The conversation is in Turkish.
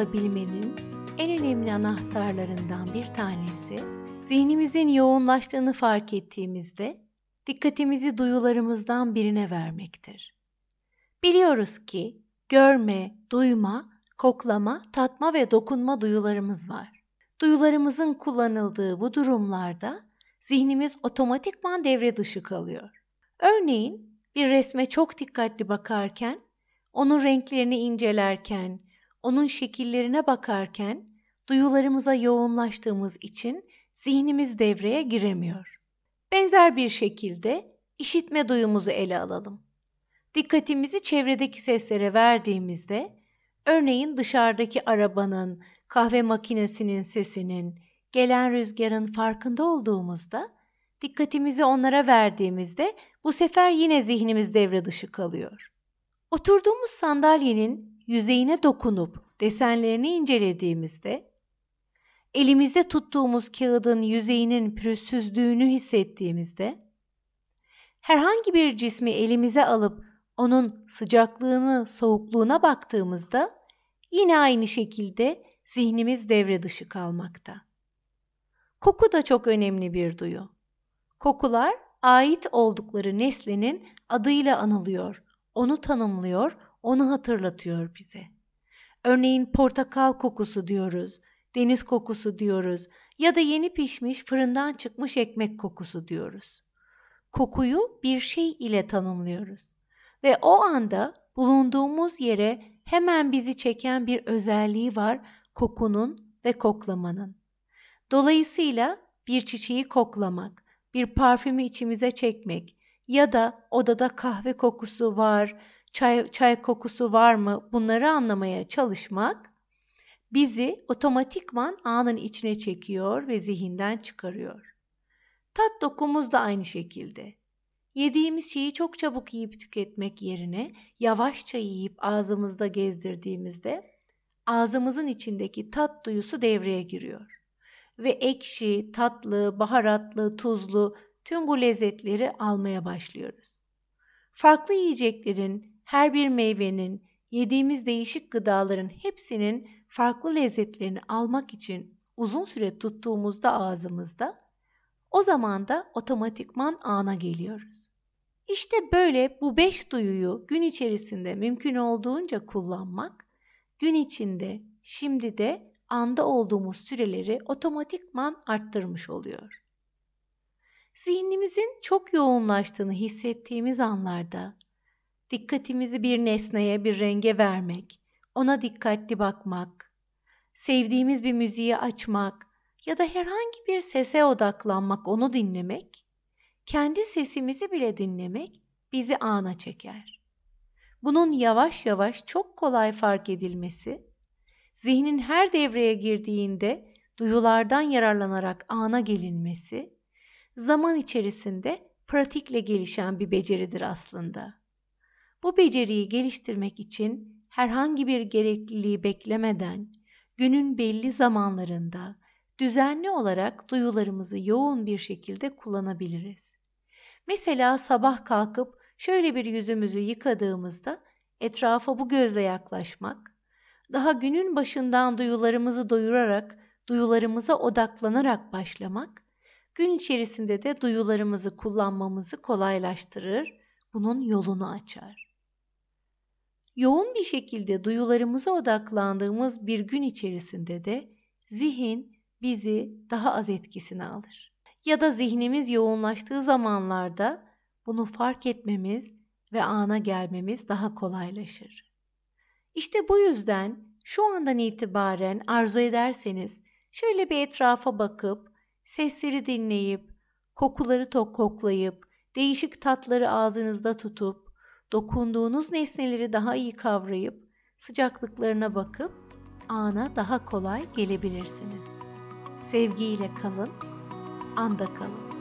alabilmenin en önemli anahtarlarından bir tanesi, zihnimizin yoğunlaştığını fark ettiğimizde dikkatimizi duyularımızdan birine vermektir. Biliyoruz ki görme, duyma, koklama, tatma ve dokunma duyularımız var. Duyularımızın kullanıldığı bu durumlarda zihnimiz otomatikman devre dışı kalıyor. Örneğin bir resme çok dikkatli bakarken, onun renklerini incelerken, onun şekillerine bakarken duyularımıza yoğunlaştığımız için zihnimiz devreye giremiyor. Benzer bir şekilde işitme duyumuzu ele alalım. Dikkatimizi çevredeki seslere verdiğimizde, örneğin dışarıdaki arabanın, kahve makinesinin sesinin, gelen rüzgarın farkında olduğumuzda, dikkatimizi onlara verdiğimizde bu sefer yine zihnimiz devre dışı kalıyor. Oturduğumuz sandalyenin yüzeyine dokunup desenlerini incelediğimizde, elimizde tuttuğumuz kağıdın yüzeyinin pürüzsüzlüğünü hissettiğimizde, herhangi bir cismi elimize alıp onun sıcaklığını, soğukluğuna baktığımızda yine aynı şekilde zihnimiz devre dışı kalmakta. Koku da çok önemli bir duyu. Kokular ait oldukları nesnenin adıyla anılıyor, onu tanımlıyor, onu hatırlatıyor bize. Örneğin portakal kokusu diyoruz, deniz kokusu diyoruz ya da yeni pişmiş fırından çıkmış ekmek kokusu diyoruz. Kokuyu bir şey ile tanımlıyoruz ve o anda bulunduğumuz yere hemen bizi çeken bir özelliği var kokunun ve koklamanın. Dolayısıyla bir çiçeği koklamak, bir parfümü içimize çekmek ya da odada kahve kokusu var, çay kokusu var mı bunları anlamaya çalışmak bizi otomatikman anın içine çekiyor ve zihinden çıkarıyor. Tat dokumuz da aynı şekilde. Yediğimiz şeyi çok çabuk yiyip tüketmek yerine yavaşça yiyip ağzımızda gezdirdiğimizde ağzımızın içindeki tat duyusu devreye giriyor. Ve ekşi, tatlı, baharatlı, tuzlu tüm bu lezzetleri almaya başlıyoruz. Farklı yiyeceklerin, her bir meyvenin, yediğimiz değişik gıdaların hepsinin farklı lezzetlerini almak için uzun süre tuttuğumuzda ağzımızda, o zaman da otomatikman ana geliyoruz. İşte böyle bu 5 duyuyu gün içerisinde mümkün olduğunca kullanmak, gün içinde, şimdi de anda olduğumuz süreleri otomatikman arttırmış oluyor. Zihnimizin çok yoğunlaştığını hissettiğimiz anlarda dikkatimizi bir nesneye, bir renge vermek, ona dikkatli bakmak, sevdiğimiz bir müziği açmak ya da herhangi bir sese odaklanmak, onu dinlemek, kendi sesimizi bile dinlemek bizi ana çeker. Bunun yavaş yavaş çok kolay fark edilmesi, zihnin her devreye girdiğinde duyulardan yararlanarak ana gelinmesi, zaman içerisinde pratikle gelişen bir beceridir aslında. Bu beceriyi geliştirmek için herhangi bir gerekliliği beklemeden, günün belli zamanlarında düzenli olarak duyularımızı yoğun bir şekilde kullanabiliriz. Mesela sabah kalkıp şöyle bir yüzümüzü yıkadığımızda etrafa bu gözle yaklaşmak, daha günün başından duyularımızı doyurarak, duyularımıza odaklanarak başlamak, gün içerisinde de duyularımızı kullanmamızı kolaylaştırır, bunun yolunu açar. Yoğun bir şekilde duyularımıza odaklandığımız bir gün içerisinde de zihin bizi daha az etkisine alır. Ya da zihnimiz yoğunlaştığı zamanlarda bunu fark etmemiz ve ana gelmemiz daha kolaylaşır. İşte bu yüzden şu andan itibaren arzu ederseniz şöyle bir etrafa bakıp, sesleri dinleyip, kokuları koklayıp, değişik tatları ağzınızda tutup, dokunduğunuz nesneleri daha iyi kavrayıp, sıcaklıklarına bakıp ana daha kolay gelebilirsiniz. Sevgiyle kalın, anda kalın.